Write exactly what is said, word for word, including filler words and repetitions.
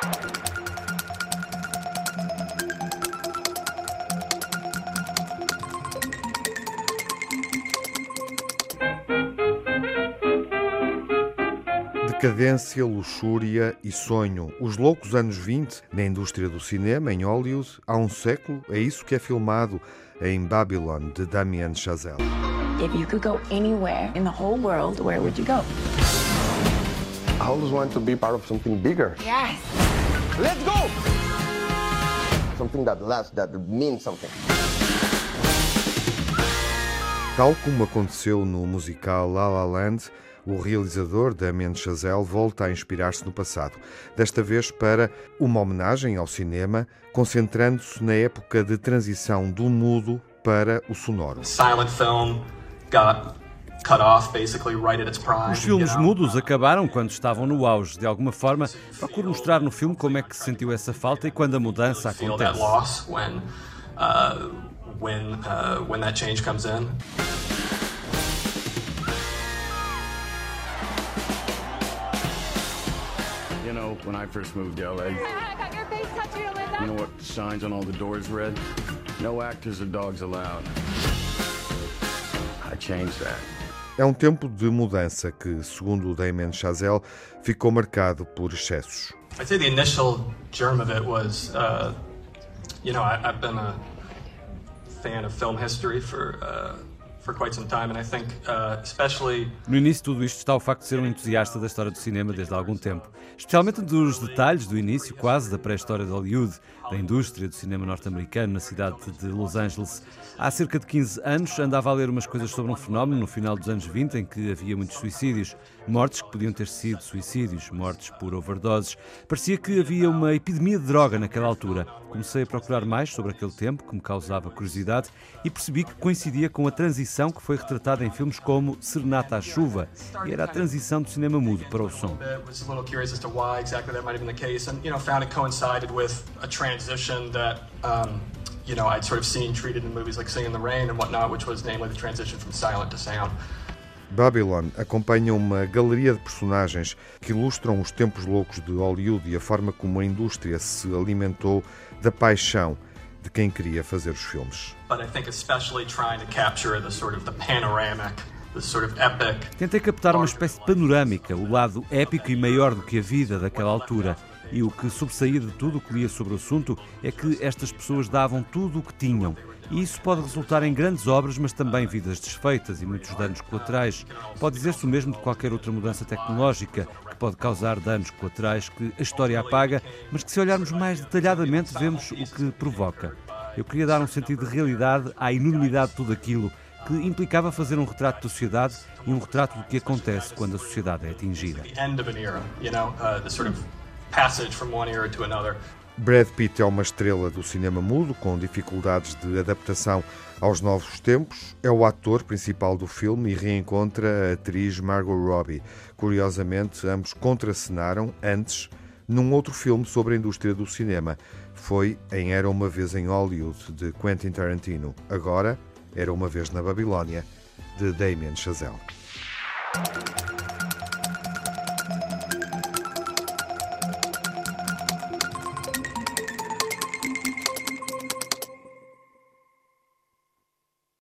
Decadência, luxúria e sonho. Os loucos anos vinte na indústria do cinema, em Hollywood, há um século, é isso que é filmado em Babylon, de Damien Chazelle. If you could go anywhere in the whole world, where would you go? I always want to be part of something bigger. Yes. Let's go! Something that lasts, that means something. Tal como aconteceu no musical La La Land, o realizador Damien Chazelle volta a inspirar-se no passado, desta vez para uma homenagem ao cinema, concentrando-se na época de transição do mudo para o sonoro. Silent film got cut off basically right at its prime. Os filmes mudos acabaram quando estavam no auge. De alguma forma, procuro mostrar no filme como é que se sentiu essa falta e quando a mudança acontece. When, uh, when, uh, when that change comes in. You know, when I first moved to L A, you know what signs on all the doors read? No actors or dogs allowed. I changed that. É um tempo de mudança que, segundo o Damien Chazelle, ficou marcado por excessos. I'd say the initial germ of it was, uh, you know, I, I've been a fan of film history for uh, for quite some time, and I think, uh, especially. No início de tudo isto está o facto de ser um entusiasta da história do cinema desde há algum tempo, especialmente dos detalhes do início, quase da pré-história de Hollywood, da indústria do cinema norte-americano na cidade de Los Angeles. Há cerca de quinze anos andava a ler umas coisas sobre um fenómeno no final dos anos vinte em que havia muitos suicídios, mortes que podiam ter sido suicídios, mortes por overdoses. Parecia que havia uma epidemia de droga naquela altura. Comecei a procurar mais sobre aquele tempo, que me causava curiosidade, e percebi que coincidia com a transição que foi retratada em filmes como Serenata à Chuva, e era a transição do cinema mudo para o som. You know, I'd sort of seen treated in movies like Singing in the Rain and whatnot, which was namely the transition from silent to sound. Babylon acompanha uma galeria de personagens que ilustram os tempos loucos de Hollywood e a forma como a indústria se alimentou da paixão de quem queria fazer os filmes. But I think especially trying to capture the sort of the panoramic, the sort of epic. Tentei captar uma espécie de panorâmica, o lado épico e maior do que a vida daquela altura. E o que sobressaía de tudo o que lia sobre o assunto é que estas pessoas davam tudo o que tinham. E isso pode resultar em grandes obras, mas também vidas desfeitas e muitos danos colaterais. Pode dizer-se o mesmo de qualquer outra mudança tecnológica, que pode causar danos colaterais que a história apaga, mas que se olharmos mais detalhadamente vemos o que provoca. Eu queria dar um sentido de realidade à enormidade de tudo aquilo, que implicava fazer um retrato da sociedade e um retrato do que acontece quando a sociedade é atingida. Passage from one era to another. Brad Pitt é uma estrela do cinema mudo, com dificuldades de adaptação aos novos tempos. É o ator principal do filme e reencontra a atriz Margot Robbie. Curiosamente, ambos contracenaram antes num outro filme sobre a indústria do cinema. Foi em Era uma Vez em Hollywood, de Quentin Tarantino. Agora, Era uma Vez na Babilónia, de Damien Chazelle.